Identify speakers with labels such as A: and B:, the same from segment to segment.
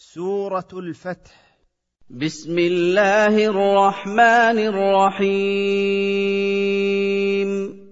A: سورة الفتح.
B: بسم الله الرحمن الرحيم.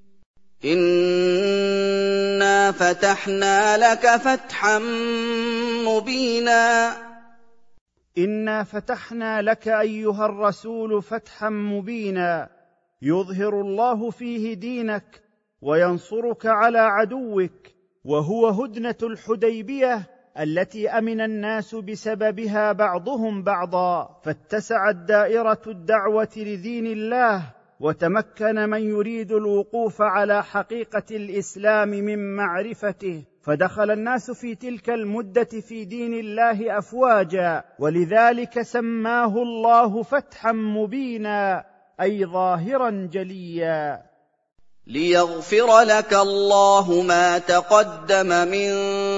B: إنا فتحنا لك فتحا مبينا.
A: إنا فتحنا لك أيها الرسول فتحا مبينا، يظهر الله فيه دينك وينصرك على عدوك، وهو هدنة الحديبية التي أمن الناس بسببها بعضهم بعضا، فاتسعت دائرة الدعوة لدين الله، وتمكن من يريد الوقوف على حقيقة الإسلام من معرفته، فدخل الناس في تلك المدة في دين الله أفواجا، ولذلك سماه الله فتحا مبينا، أي ظاهرا جليا.
B: ليغفر لك الله ما تقدم من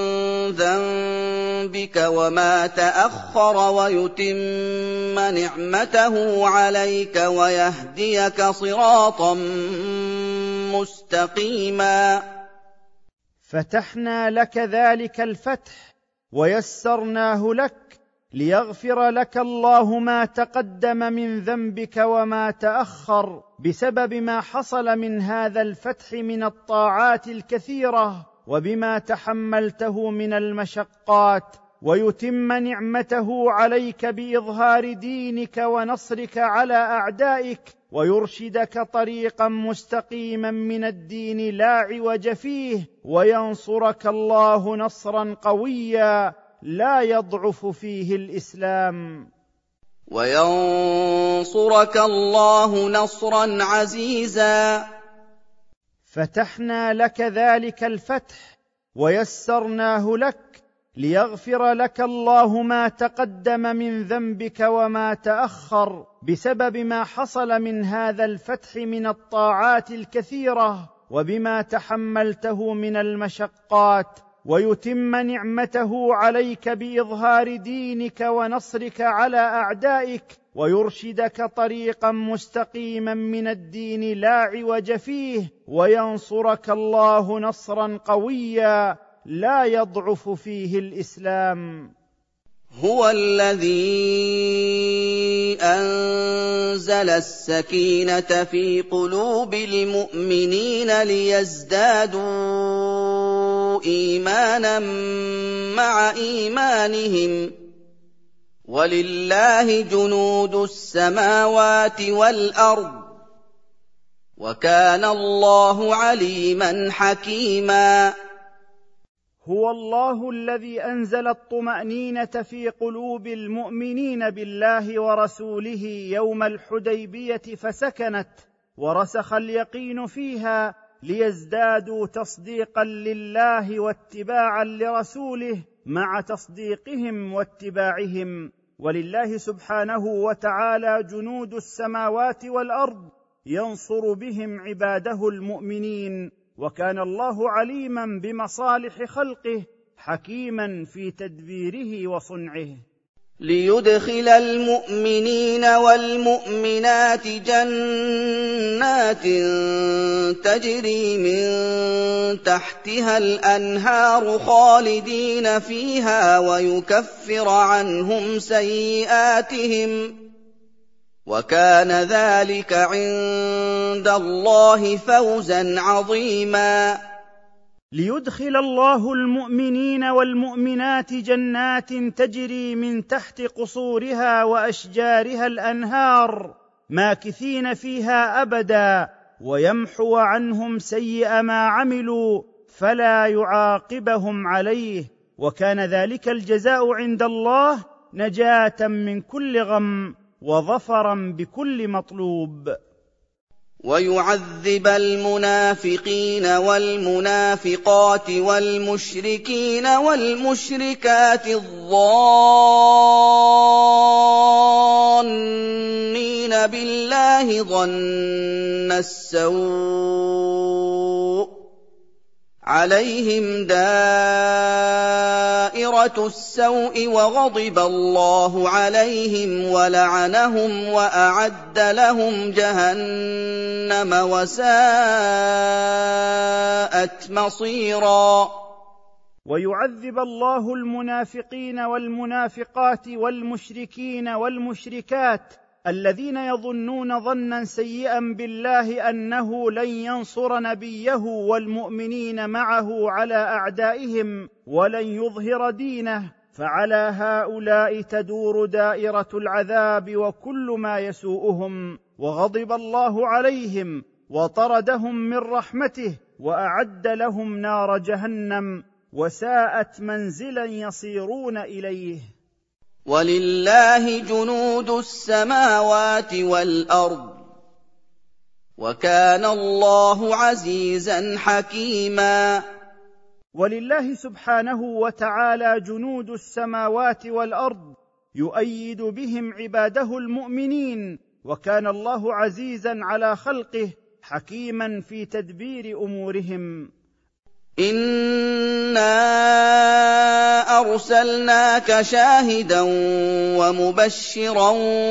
B: ذنبك وما تأخر ويتم نعمته عليك ويهديك صراطا مستقيما.
A: فتحنا لك ذلك الفتح ويسرناه لك ليغفر لك الله ما تقدم من ذنبك وما تأخر بسبب ما حصل من هذا الفتح من الطاعات الكثيرة وبما تحملته من المشقات، ويتم نعمته عليك بإظهار دينك ونصرك على أعدائك، ويرشدك طريقا مستقيما من الدين لا عوج فيه، وينصرك الله نصرا قويا لا يضعف فيه الإسلام.
B: وينصرك الله نصرا عزيزا.
A: فتحنا لك ذلك الفتح ويسرناه لك ليغفر لك الله ما تقدم من ذنبك وما تأخر بسبب ما حصل من هذا الفتح من الطاعات الكثيرة وبما تحملته من المشقات، ويتم نعمته عليك بإظهار دينك ونصرك على أعدائك، ويرشدك طريقا مستقيما من الدين لا عوج فيه، وينصرك الله نصرا قويا لا يضعف فيه الإسلام.
B: هو الذي أنزل السكينة في قلوب المؤمنين ليزدادوا إيمانا مع إيمانهم، ولله جنود السماوات والأرض، وكان الله عليما حكيما.
A: هو الله الذي أنزل الطمأنينة في قلوب المؤمنين بالله ورسوله يوم الحديبية فسكنت، ورسخ اليقين فيها ليزدادوا تصديقا لله واتباعا لرسوله مع تصديقهم واتباعهم. ولله سبحانه وتعالى جنود السماوات والأرض ينصر بهم عباده المؤمنين، وكان الله عليما بمصالح خلقه حكيما في تدبيره وصنعه.
B: ليدخل المؤمنين والمؤمنات جنات تجري من تحتها الأنهار خالدين فيها ويكفر عنهم سيئاتهم، وكان ذلك عند الله فوزا عظيما.
A: ليدخل الله المؤمنين والمؤمنات جنات تجري من تحت قصورها وأشجارها الأنهار ماكثين فيها أبدا، ويمحو عنهم سيئ ما عملوا فلا يعاقبهم عليه، وكان ذلك الجزاء عند الله نجاة من كل غم وظفرا بكل مطلوب.
B: ويعذب المنافقين والمنافقات والمشركين والمشركات الظانين بالله ظن السوء عليهم دائرة السوء وغضب الله عليهم ولعنهم وأعد لهم جهنم وساءت مصيرا.
A: ويعذب الله المنافقين والمنافقات والمشركين والمشركات الذين يظنون ظنا سيئا بالله أنه لن ينصر نبيه والمؤمنين معه على أعدائهم ولن يظهر دينه، فعلى هؤلاء تدور دائرة العذاب وكل ما يسوءهم، وغضب الله عليهم وطردهم من رحمته وأعد لهم نار جهنم وساءت منزلا يصيرون إليه.
B: ولله جنود السماوات والأرض وكان الله عزيزا حكيما.
A: ولله سبحانه وتعالى جنود السماوات والأرض يؤيد بهم عباده المؤمنين، وكان الله عزيزا على خلقه حكيما في تدبير أمورهم.
B: إنا أرسلناك شاهدا ومبشرا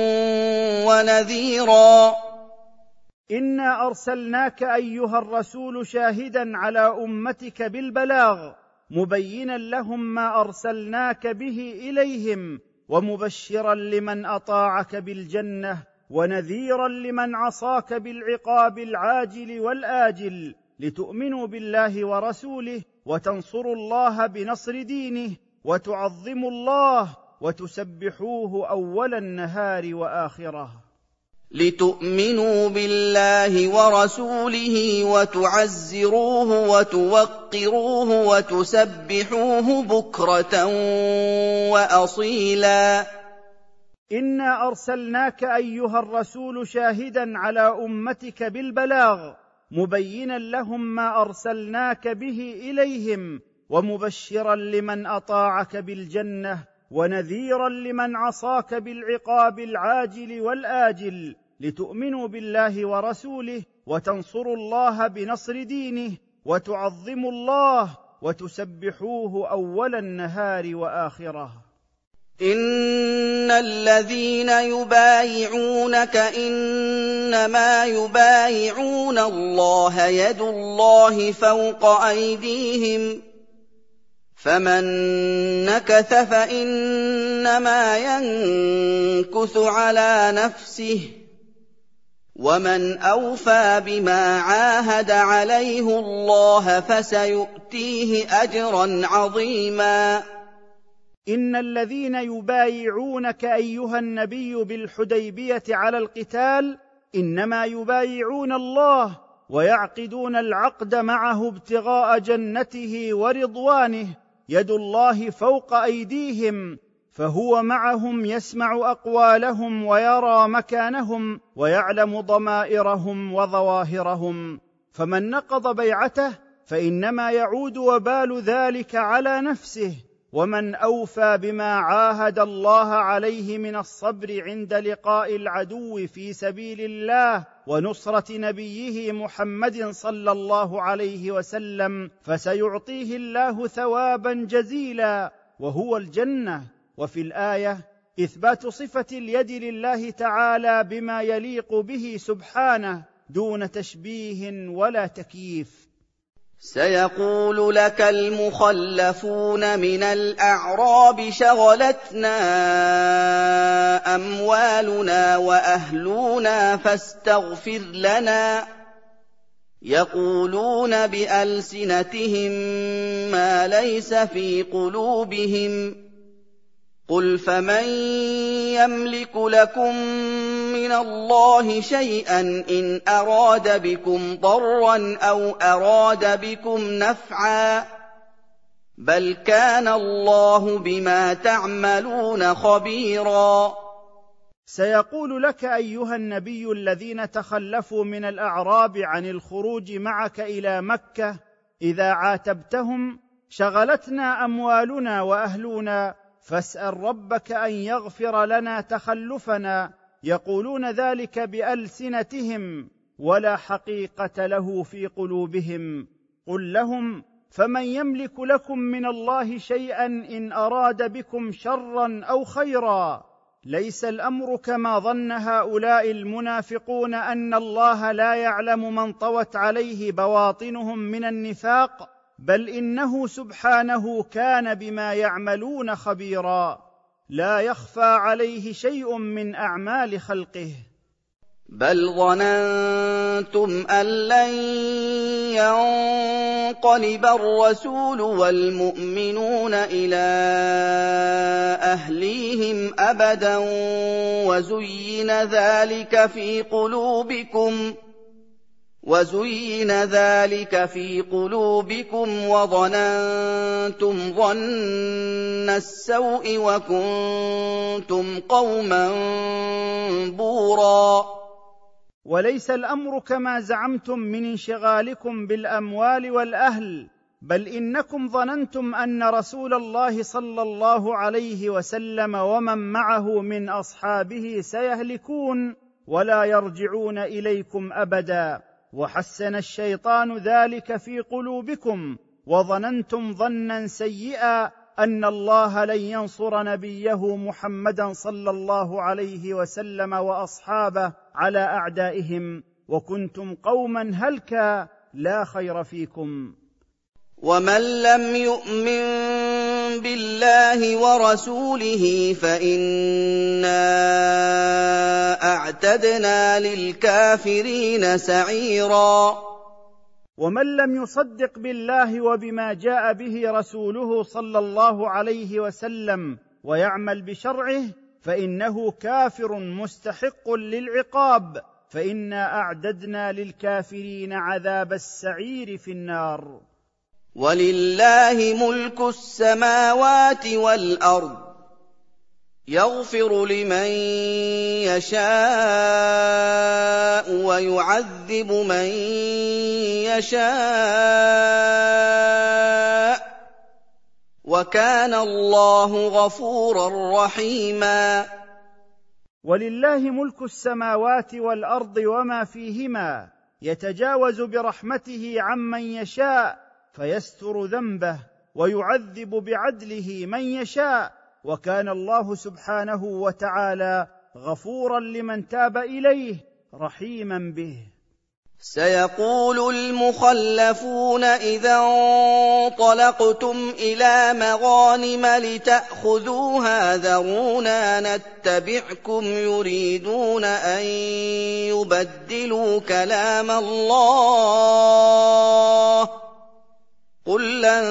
B: ونذيرا.
A: إنا أرسلناك أيها الرسول شاهدا على أمتك بالبلاغ، مبينا لهم ما أرسلناك به إليهم، ومبشرا لمن أطاعك بالجنة، ونذيرا لمن عصاك بالعقاب العاجل والآجل، لتؤمنوا بالله ورسوله وتنصروا الله بنصر دينه وتعظموا الله وتسبحوه أول النهار وآخره.
B: لتؤمنوا بالله ورسوله وتعزروه وتوقروه وتسبحوه بكرة وأصيلا.
A: إنا أرسلناك أيها الرسول شاهدا على أمتك بالبلاغ، مبينا لهم ما أرسلناك به إليهم، ومبشرا لمن أطاعك بالجنة، ونذيرا لمن عصاك بالعقاب العاجل والآجل، لتؤمنوا بالله ورسوله وتنصروا الله بنصر دينه وتعظموا الله وتسبحوه أول النهار وآخره.
B: إن الذين يبايعونك إنما يبايعون الله يد الله فوق أيديهم، فمن نكث فإنما ينكث على نفسه، ومن أوفى بما عاهد عليه الله فسيؤتيه أجرا عظيما.
A: إن الذين يبايعونك أيها النبي بالحديبية على القتال إنما يبايعون الله، ويعقدون العقد معه ابتغاء جنته ورضوانه، يد الله فوق أيديهم، فهو معهم يسمع أقوالهم ويرى مكانهم ويعلم ضمائرهم وظواهرهم، فمن نقض بيعته فإنما يعود وبال ذلك على نفسه، ومن أوفى بما عاهد الله عليه من الصبر عند لقاء العدو في سبيل الله ونصرة نبيه محمد صلى الله عليه وسلم فسيعطيه الله ثوابا جزيلا وهو الجنة. وفي الآية إثبات صفة اليد لله تعالى بما يليق به سبحانه دون تشبيه ولا تكييف.
B: سيقول لك المخلفون من الأعراب شغلتنا أموالنا وأهلنا فاستغفر لنا، يقولون بألسنتهم ما ليس في قلوبهم، قل فمن يملك لكم من الله شيئا إن أراد بكم ضرا أو أراد بكم نفعا، بل كان الله بما تعملون خبيرا.
A: سيقول لك أيها النبي الذين تخلفوا من الأعراب عن الخروج معك إلى مكة إذا عاتبتهم شغلتنا أموالنا وأهلنا فاسأل ربك أن يغفر لنا تخلفنا، يقولون ذلك بألسنتهم ولا حقيقة له في قلوبهم. قل لهم فمن يملك لكم من الله شيئا إن أراد بكم شرا أو خيرا. ليس الأمر كما ظن هؤلاء المنافقون أن الله لا يعلم من طوت عليه بواطنهم من النفاق، بل انه سبحانه كان بما يعملون خبيرا، لا يخفى عليه شيء من اعمال خلقه.
B: بل ظننتم أن لن ينقلب الرسول والمؤمنون إلى أهليهم أبدا وزين ذلك في قلوبكم وظننتم ظن السوء وكنتم قوما بورا.
A: وليس الامر كما زعمتم من انشغالكم بالاموال والاهل، بل انكم ظننتم ان رسول الله صلى الله عليه وسلم ومن معه من اصحابه سيهلكون ولا يرجعون اليكم ابدا، وحسن الشيطان ذلك في قلوبكم، وظننتم ظنا سيئا ان الله لن ينصر نبيه محمدا صلى الله عليه وسلم واصحابه على اعدائهم، وكنتم قوما هلكا لا خير فيكم.
B: ومن لم يؤمن بالله ورسوله فإنا أعتدنا للكافرين سعيرا.
A: ومن لم يصدق بالله وبما جاء به رسوله صلى الله عليه وسلم ويعمل بشرعه فإنه كافر مستحق للعقاب، فإنا أعددنا للكافرين عذاب السعير في النار.
B: ولله ملك السماوات والأرض يغفر لمن يشاء ويعذب من يشاء وكان الله غفورا رحيما.
A: ولله ملك السماوات والأرض وما فيهما، يتجاوز برحمته عمن يشاء فيستر ذنبه ويعذب بعدله من يشاء، وكان الله سبحانه وتعالى غفورا لمن تاب إليه رحيما به.
B: سيقول المخلفون إذا انطلقتم إلى مغانم لتأخذوها ذرونا نتبعكم يريدون أن يبدلوا كلام الله قل لن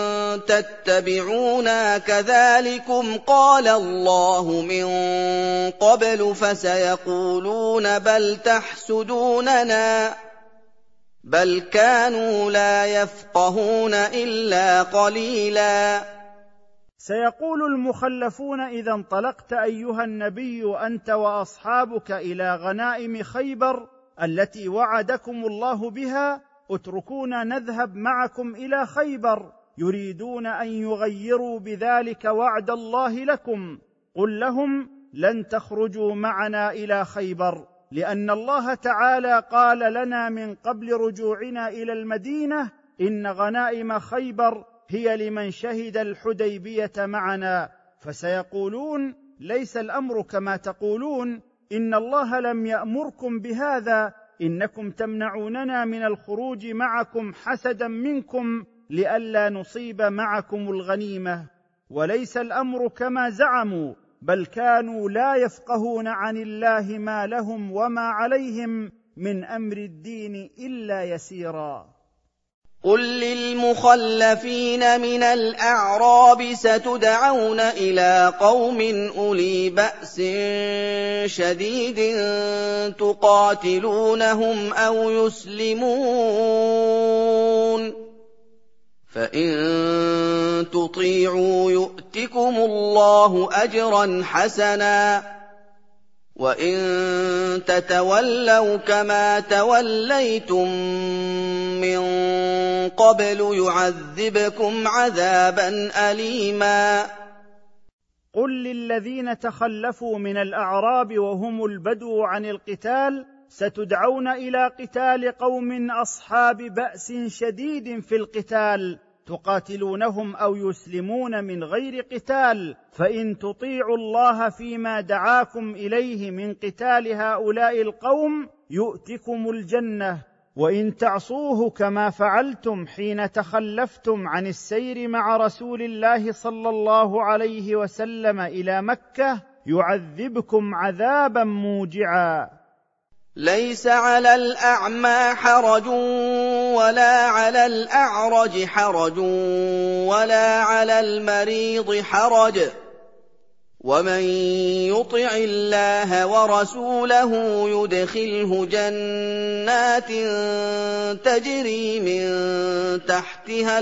B: تتبعونا كذلكم قال الله من قبل فسيقولون بل تحسدوننا بل كانوا لا يفقهون إلا قليلا.
A: سيقول المخلفون إذا انطلقت أيها النبي أنت وأصحابك إلى غنائم خيبر التي وعدكم الله بها، اتركونا نذهب معكم إلى خيبر، يريدون أن يغيروا بذلك وعد الله لكم. قل لهم لن تخرجوا معنا إلى خيبر، لأن الله تعالى قال لنا من قبل رجوعنا إلى المدينة إن غنائم خيبر هي لمن شهد الحديبية معنا. فسيقولون ليس الأمر كما تقولون، إن الله لم يأمركم بهذا، إنكم تمنعوننا من الخروج معكم حسدا منكم لئلا نصيب معكم الغنيمة. وليس الأمر كما زعموا، بل كانوا لا يفقهون عن الله ما لهم وما عليهم من أمر الدين إلا يسيرا.
B: قل للمخلفين من الأعراب ستدعون إلى قوم أولي بأس شديد تقاتلونهم أو يسلمون، فإن تطيعوا يؤتكم الله أجرا حسنا، وإن تتولوا كما توليتم من قبل يعذبكم عذابا أليما.
A: قل للذين تخلفوا من الأعراب وهم البدو عن القتال ستدعون إلى قتال قوم أصحاب بأس شديد في القتال تقاتلونهم أو يسلمون من غير قتال، فإن تطيعوا الله فيما دعاكم إليه من قتال هؤلاء القوم يؤتكم الجنة، وان تعصوه كما فعلتم حين تخلفتم عن السير مع رسول الله صلى الله عليه وسلم الى مكه يعذبكم عذابا موجعا.
B: ليس على الأعمى حرج ولا على الأعرج حرج ولا على المريض حرج، ومن يطع الله ورسوله يدخله جنات تجري من تحتها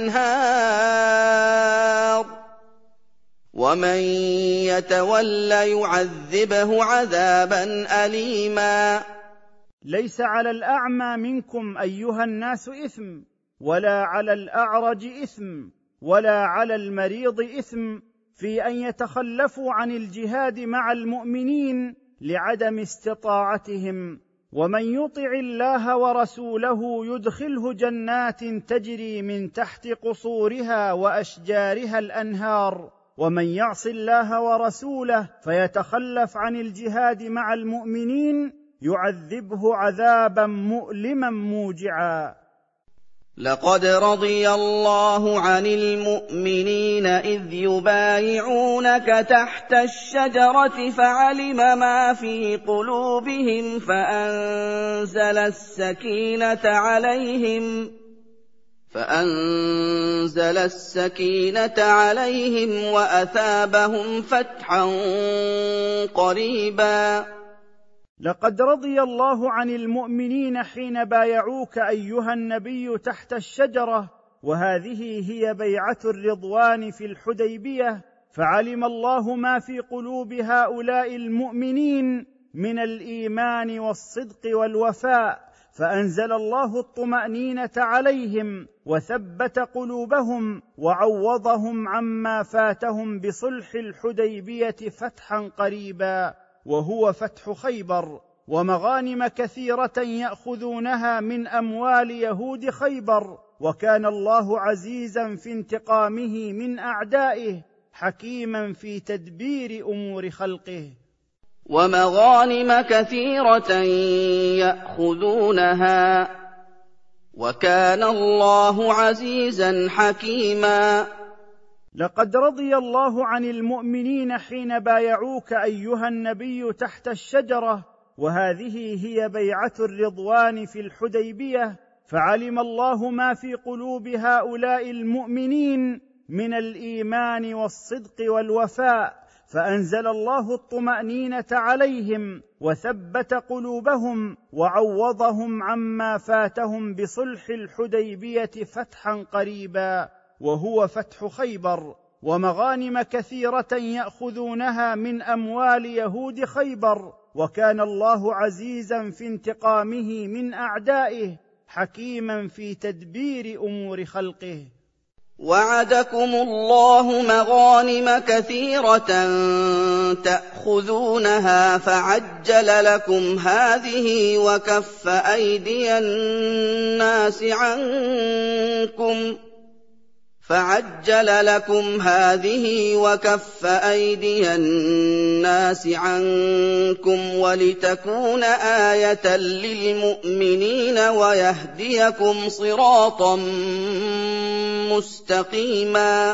B: الأنهار، ومن يتول يعذبه عذابا أليما.
A: ليس على الأعمى منكم أيها الناس إثم، ولا على الأعرج إثم، ولا على المريض إثم في أن يتخلفوا عن الجهاد مع المؤمنين لعدم استطاعتهم. ومن يطع الله ورسوله يدخله جنات تجري من تحت قصورها وأشجارها الأنهار. ومن يعص الله ورسوله فيتخلف عن الجهاد مع المؤمنين يعذبه عذابا مؤلما موجعا.
B: لقد رضي الله عن المؤمنين إذ يبايعونك تحت الشجرة فعلم ما في قلوبهم فأنزل السكينة عليهم وأثابهم فتحا قريبا.
A: لقد رضي الله عن المؤمنين حين بايعوك أيها النبي تحت الشجرة، وهذه هي بيعة الرضوان في الحديبية، فعلم الله ما في قلوب هؤلاء المؤمنين من الإيمان والصدق والوفاء، فأنزل الله الطمأنينة عليهم وثبت قلوبهم وعوضهم عما فاتهم بصلح الحديبية فتحا قريبا، وهو فتح خيبر، ومغانم كثيرة يأخذونها من أموال يهود خيبر، وكان الله عزيزا في انتقامه من أعدائه حكيما في تدبير أمور خلقه.
B: ومغانم كثيرة يأخذونها وكان الله عزيزا حكيما.
A: لقد رضي الله عن المؤمنين حين بايعوك أيها النبي تحت الشجرة، وهذه هي بيعة الرضوان في الحديبية، فعلم الله ما في قلوب هؤلاء المؤمنين من الإيمان والصدق والوفاء، فأنزل الله الطمأنينة عليهم وثبت قلوبهم وعوضهم عما فاتهم بصلح الحديبية فتحا قريبا، وهو فتح خيبر، ومغانم كثيرة يأخذونها من أموال يهود خيبر، وكان الله عزيزا في انتقامه من أعدائه حكيما في تدبير أمور خلقه.
B: وعدكم الله مغانم كثيرة تأخذونها فعجل لكم هذه وكف أيدي الناس عنكم ولتكون آية للمؤمنين ويهديكم صراطا مستقيما.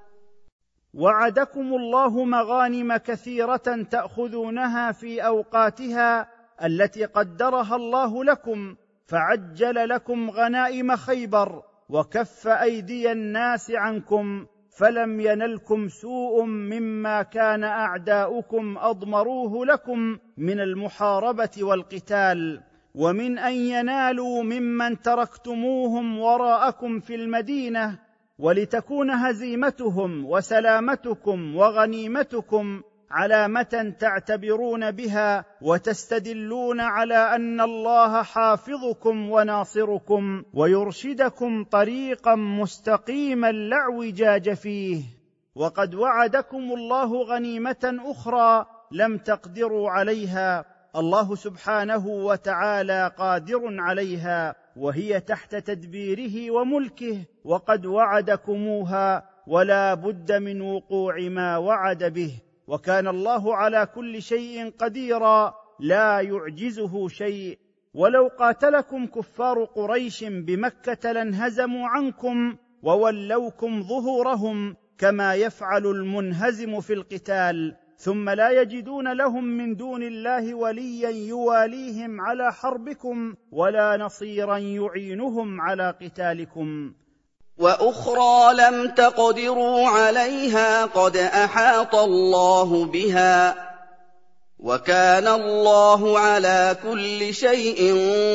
A: وعدكم الله مغانم كثيرة تأخذونها في أوقاتها التي قدرها الله لكم، فعجل لكم غنائم خيبر وكف أيدي الناس عنكم، فلم ينلكم سوء مما كان أعداؤكم أضمروه لكم من المحاربة والقتال، ومن أن ينالوا ممن تركتموهم وراءكم في المدينة، ولتكون هزيمتهم وسلامتكم وغنيمتكم علامة تعتبرون بها وتستدلون على أن الله حافظكم وناصركم ويرشدكم طريقا مستقيما لا اعوجاج فيه. وقد وعدكم الله غنيمة أخرى لم تقدروا عليها، الله سبحانه وتعالى قادر عليها، وهي تحت تدبيره وملكه، وقد وعدكموها ولا بد من وقوع ما وعد به، وكان الله على كل شيء قديرا لا يعجزه شيء. ولو قاتلكم كفار قريش بمكة لانهزموا عنكم وولوكم ظهورهم كما يفعل المنهزم في القتال، ثم لا يجدون لهم من دون الله وليا يواليهم على حربكم ولا نصيرا يعينهم على قتالكم.
B: وأخرى لم تقدروا عليها قد أحاط الله بها، وكان الله على كل شيء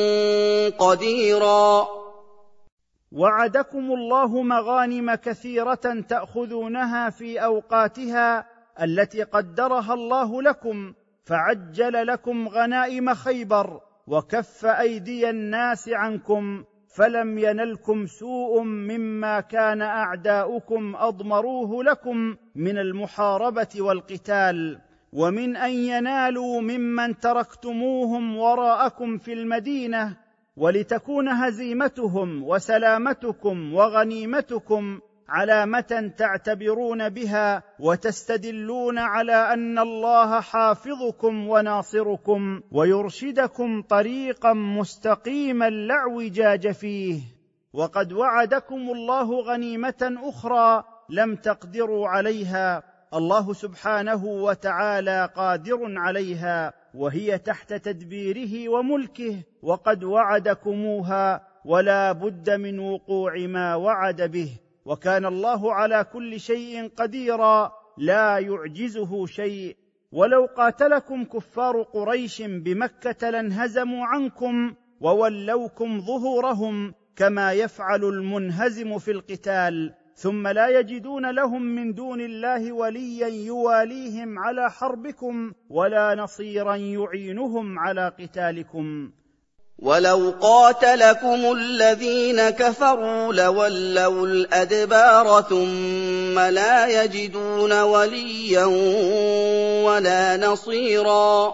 B: قديرا.
A: وعدكم الله مغانم كثيرة تأخذونها في أوقاتها التي قدرها الله لكم، فعجل لكم غنائم خيبر وكف أيدي الناس عنكم، فلم ينلكم سوء مما كان أعداؤكم أضمروه لكم من المحاربة والقتال، ومن أن ينالوا ممن تركتموهم وراءكم في المدينة، ولتكون هزيمتهم وسلامتكم وغنيمتكم علامة تعتبرون بها وتستدلون على أن الله حافظكم وناصركم ويرشدكم طريقا مستقيما لا اعوجاج فيه. وقد وعدكم الله غنيمة أخرى لم تقدروا عليها، الله سبحانه وتعالى قادر عليها، وهي تحت تدبيره وملكه، وقد وعدكموها ولا بد من وقوع ما وعد به، وكان الله على كل شيء قديرا لا يعجزه شيء. ولو قاتلكم كفار قريش بمكة لانهزموا عنكم وولوكم ظهورهم كما يفعل المنهزم في القتال، ثم لا يجدون لهم من دون الله وليا يواليهم على حربكم ولا نصيرا يعينهم على قتالكم.
B: ولو قاتلكم الذين كفروا لولوا الأدبار ثم لا يجدون وليا ولا نصيرا.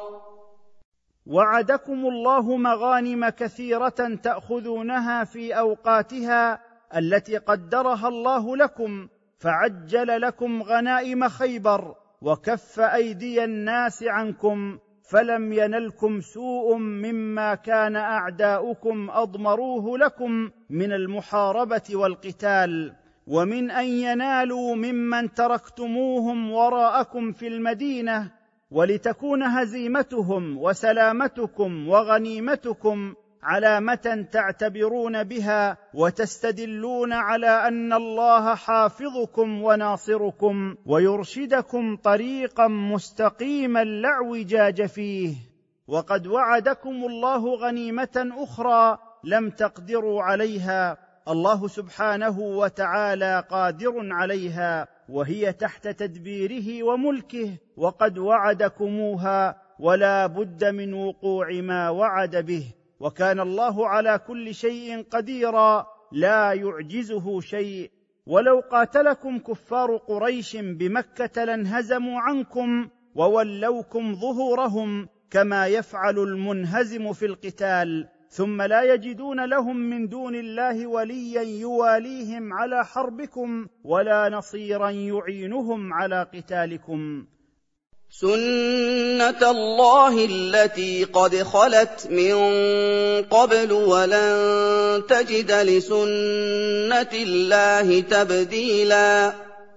A: وعدكم الله مغانم كثيرة تأخذونها في أوقاتها التي قدرها الله لكم، فعجل لكم غنائم خيبر وكف أيدي الناس عنكم، فلم ينلكم سوء مما كان أعداؤكم أضمروه لكم من المحاربة والقتال، ومن أن ينالوا ممن تركتموهم وراءكم في المدينة، ولتكون هزيمتهم وسلامتكم وغنيمتكم علامة تعتبرون بها وتستدلون على أن الله حافظكم وناصركم ويرشدكم طريقا مستقيما لا اعوجاج فيه. وقد وعدكم الله غنيمة أخرى لم تقدروا عليها، الله سبحانه وتعالى قادر عليها، وهي تحت تدبيره وملكه، وقد وعدكموها ولا بد من وقوع ما وعد به، وكان الله على كل شيء قديرا لا يعجزه شيء. ولو قاتلكم كفار قريش بمكة لانهزموا عنكم وولوكم ظهورهم كما يفعل المنهزم في القتال، ثم لا يجدون لهم من دون الله وليا يواليهم على حربكم ولا نصيرا يعينهم على قتالكم.
B: سُنَّةَ اللَّهِ الَّتِي قَدْ خَلَتْ مِن قَبْلُ وَلَن تَجِدَ لِسُنَّةِ اللَّهِ تَبْدِيلًا.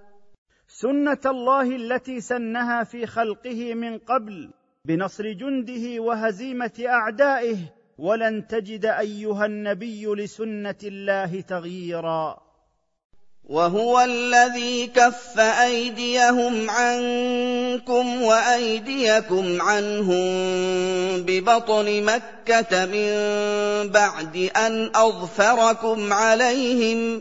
A: سنة الله التي سنها في خلقه من قبل بنصر جنده وهزيمة أعدائه، ولن تجد أيها النبي لسنة الله تغييرا.
B: وهو الذي كف أيديهم عنكم وأيديكم عنهم ببطن مكة من بعد أن أظفركم عليهم،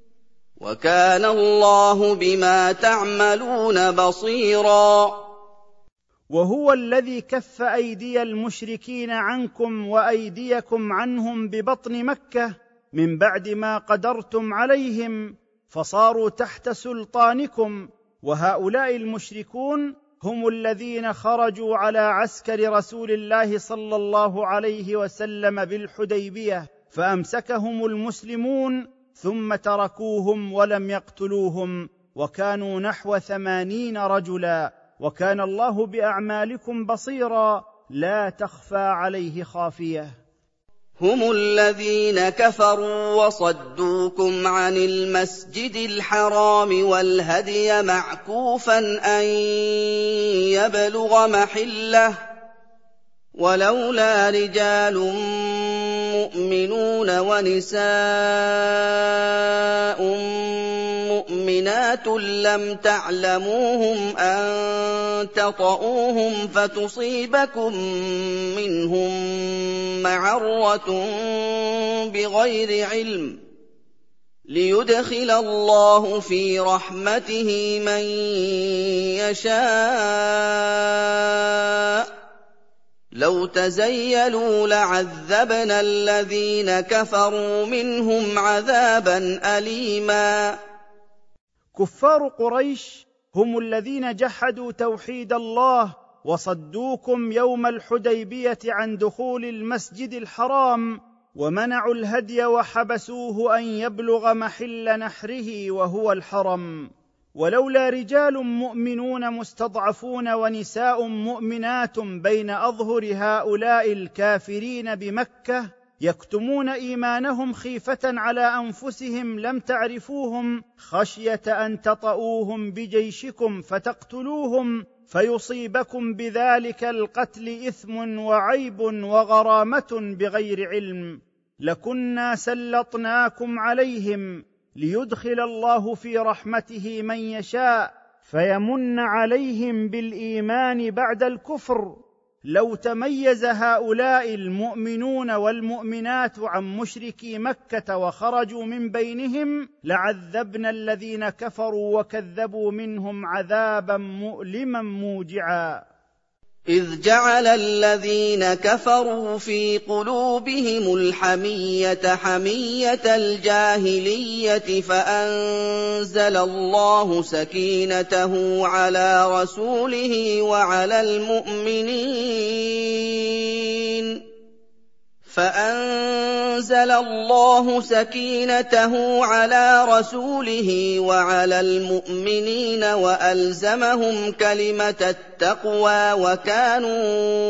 B: وكان الله بما تعملون بصيرا.
A: وهو الذي كف أيدي المشركين عنكم وأيديكم عنهم ببطن مكة من بعد ما قدرتم عليهم فصاروا تحت سلطانكم، وهؤلاء المشركون هم الذين خرجوا على عسكر رسول الله صلى الله عليه وسلم بالحديبية، فأمسكهم المسلمون ثم تركوهم ولم يقتلوهم، وكانوا نحو 80 رجلا، وكان الله بأعمالكم بصيرا لا تخفى عليه خافية.
B: هم الذين كفروا وصدوكم عن المسجد الحرام والهدي معكوفا أن يبلغ محله ولولا رجال مؤمنون ونساء مؤمنات لم تعلموهم أن تطئوهم فتصيبكم منهم معرة بغير علم ليدخل الله في رحمته من يشاء لو تزيلوا لعذبنا الذين كفروا منهم عذابا أليما.
A: كفار قريش هم الذين جحدوا توحيد الله وصدوكم يوم الحديبية عن دخول المسجد الحرام، ومنعوا الهدي وحبسوه أن يبلغ محل نحره وهو الحرم. ولولا رجال مؤمنون مستضعفون ونساء مؤمنات بين أظهر هؤلاء الكافرين بمكة يكتمون إيمانهم خيفة على أنفسهم لم تعرفوهم خشية أن تطؤوهم بجيشكم فتقتلوهم فيصيبكم بذلك القتل إثم وعيب وغرامة بغير علم، لكنا سلطناكم عليهم ليدخل الله في رحمته من يشاء فيمن عليهم بالإيمان بعد الكفر. لو تميز هؤلاء المؤمنون والمؤمنات عن مشركي مكة وخرجوا من بينهم لعذبنا الذين كفروا وكذبوا منهم عذابا مؤلما موجعا.
B: إذ جعل الذين كفروا في قلوبهم الحمية حمية الجاهلية فأنزل الله سكينته على رسوله وعلى المؤمنين وألزمهم كلمة التقوى وكانوا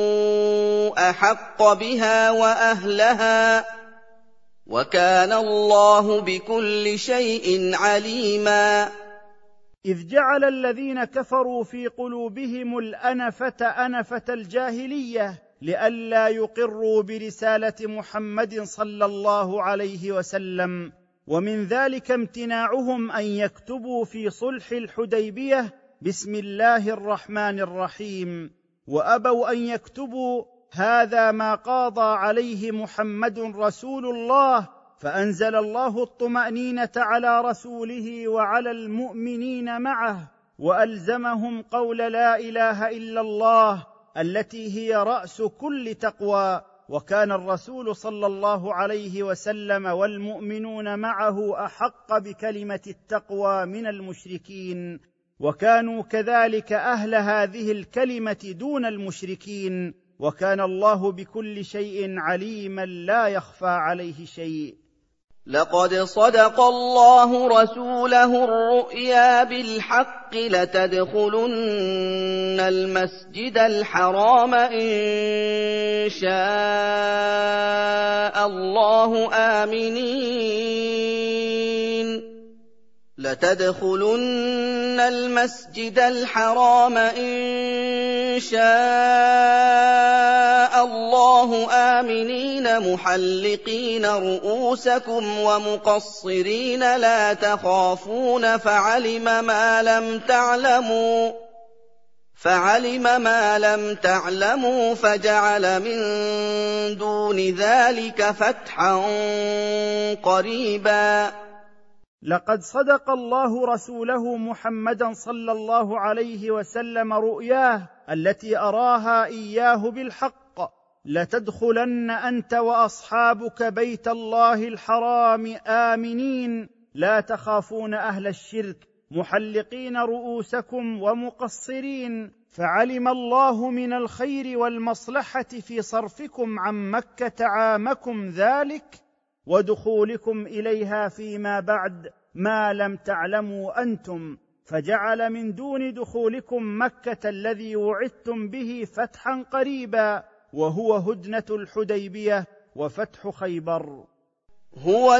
B: أحق بها وأهلها وكان الله بكل شيء عليما.
A: إذ جعل الذين كفروا في قلوبهم الأنفة أنفة الجاهلية لئلا يقروا برسالة محمد صلى الله عليه وسلم، ومن ذلك امتناعهم أن يكتبوا في صلح الحديبية بسم الله الرحمن الرحيم، وأبوا أن يكتبوا هذا ما قاضى عليه محمد رسول الله، فأنزل الله الطمأنينة على رسوله وعلى المؤمنين معه وألزمهم قول لا إله إلا الله التي هي رأس كل تقوى. وكان الرسول صلى الله عليه وسلم والمؤمنون معه أحق بكلمة التقوى من المشركين، وكانوا كذلك أهل هذه الكلمة دون المشركين، وكان الله بكل شيء عليما لا يخفى عليه شيء.
B: لقد صدق الله رسوله الرؤيا بالحق لتدخلن المسجد الحرام إن شاء الله آمنين لتدخلن المسجد الحرام إن شاء الله آمنين محلقين رؤوسكم ومقصرين لا تخافون فعلم ما لم تعلموا فجعل من دون ذلك فتحا قريبا.
A: لقد صدق الله رسوله محمدا صلى الله عليه وسلم رؤياه التي أراها إياه بالحق، لتدخلن أنت وأصحابك بيت الله الحرام آمنين لا تخافون أهل الشرك محلقين رؤوسكم ومقصرين، فعلم الله من الخير والمصلحة في صرفكم عن مكة عامكم ذلك ودخولكم إليها فيما بعد ما لم تعلموا أنتم، فجعل من دون دخولكم مكة الذي وعدتم به فتحا قريبا وهو هدنة الحديبية وفتح خيبر.
B: هو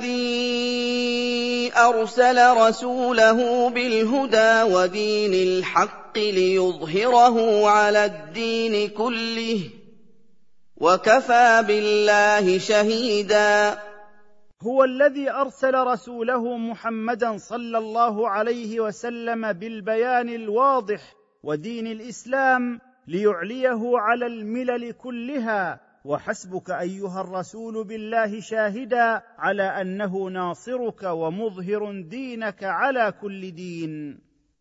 B: الذي أرسل رسوله بالهدى ودين الحق ليظهره على الدين كله وكفى بالله شهيدا.
A: هو الذي أرسل رسوله محمدا صلى الله عليه وسلم بالبيان الواضح ودين الإسلام ليعليه على الملل كلها، وحسبك أيها الرسول بالله شاهدا على أنه ناصرك ومظهر دينك على كل دين.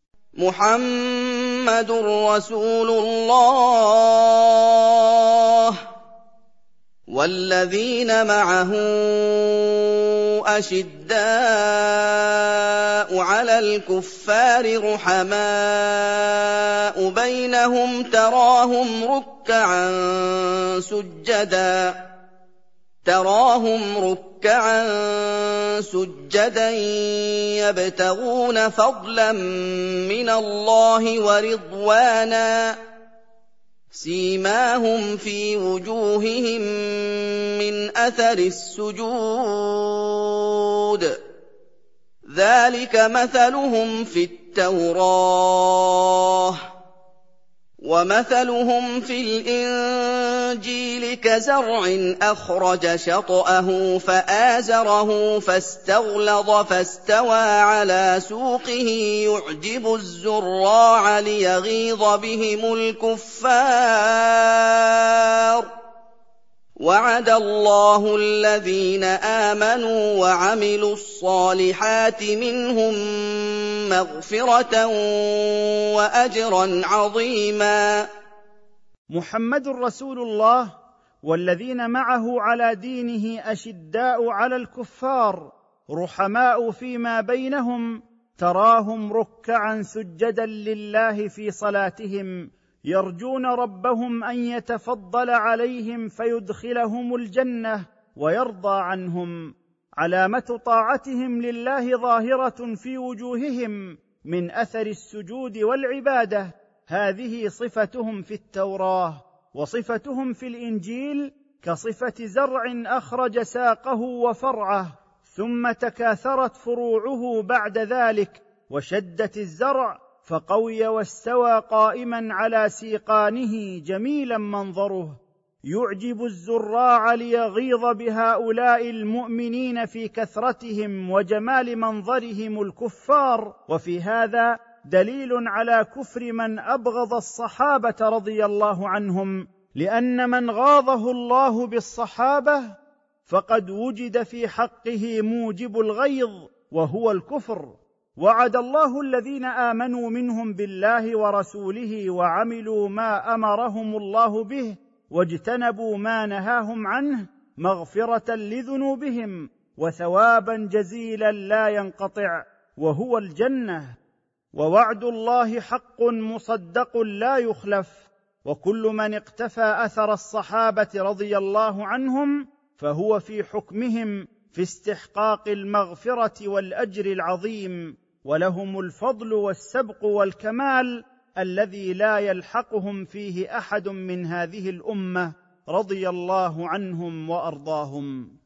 B: محمد رسول الله والذين معه أشداء على الكفار رحماء بينهم تراهم ركعا سجدا يبتغون فضلا من الله ورضوانا سيماهم في وجوههم من أثر السجود ذلك مثلهم في التوراة ومثلهم في الإنجيل كزرع أخرج شطأه فآزره فاستغلظ فاستوى على سوقه يعجب الزراع ليغيظ بهم الكفار. وعد الله الذين آمنوا وعملوا الصالحات منهم مغفرة وأجرا عظيما.
A: محمد رسول الله والذين معه على دينه أشداء على الكفار رحماء فيما بينهم، تراهم ركعا سجدا لله في صلاتهم يرجون ربهم أن يتفضل عليهم فيدخلهم الجنة ويرضى عنهم. علامة طاعتهم لله ظاهرة في وجوههم من أثر السجود والعبادة، هذه صفتهم في التوراة، وصفتهم في الإنجيل كصفة زرع أخرج ساقه وفرعه ثم تكاثرت فروعه بعد ذلك وشدت الزرع فقوي واستوى قائما على سيقانه جميلا منظره، يعجب الزراع ليغيظ بهؤلاء المؤمنين في كثرتهم وجمال منظرهم الكفار. وفي هذا دليل على كفر من أبغض الصحابة رضي الله عنهم، لأن من غاضه الله بالصحابة فقد وجد في حقه موجب الغيظ وهو الكفر. وعد الله الذين آمنوا منهم بالله ورسوله وعملوا ما أمرهم الله به واجتنبوا ما نهاهم عنه مغفرة لذنوبهم وثوابا جزيلا لا ينقطع وهو الجنة. ووعد الله حق مصدق لا يخلف، وكل من اقتفى أثر الصحابة رضي الله عنهم فهو في حكمهم في استحقاق المغفرة والأجر العظيم، ولهم الفضل والسبق والكمال الذي لا يلحقهم فيه أحد من هذه الأمة رضي الله عنهم وأرضاهم.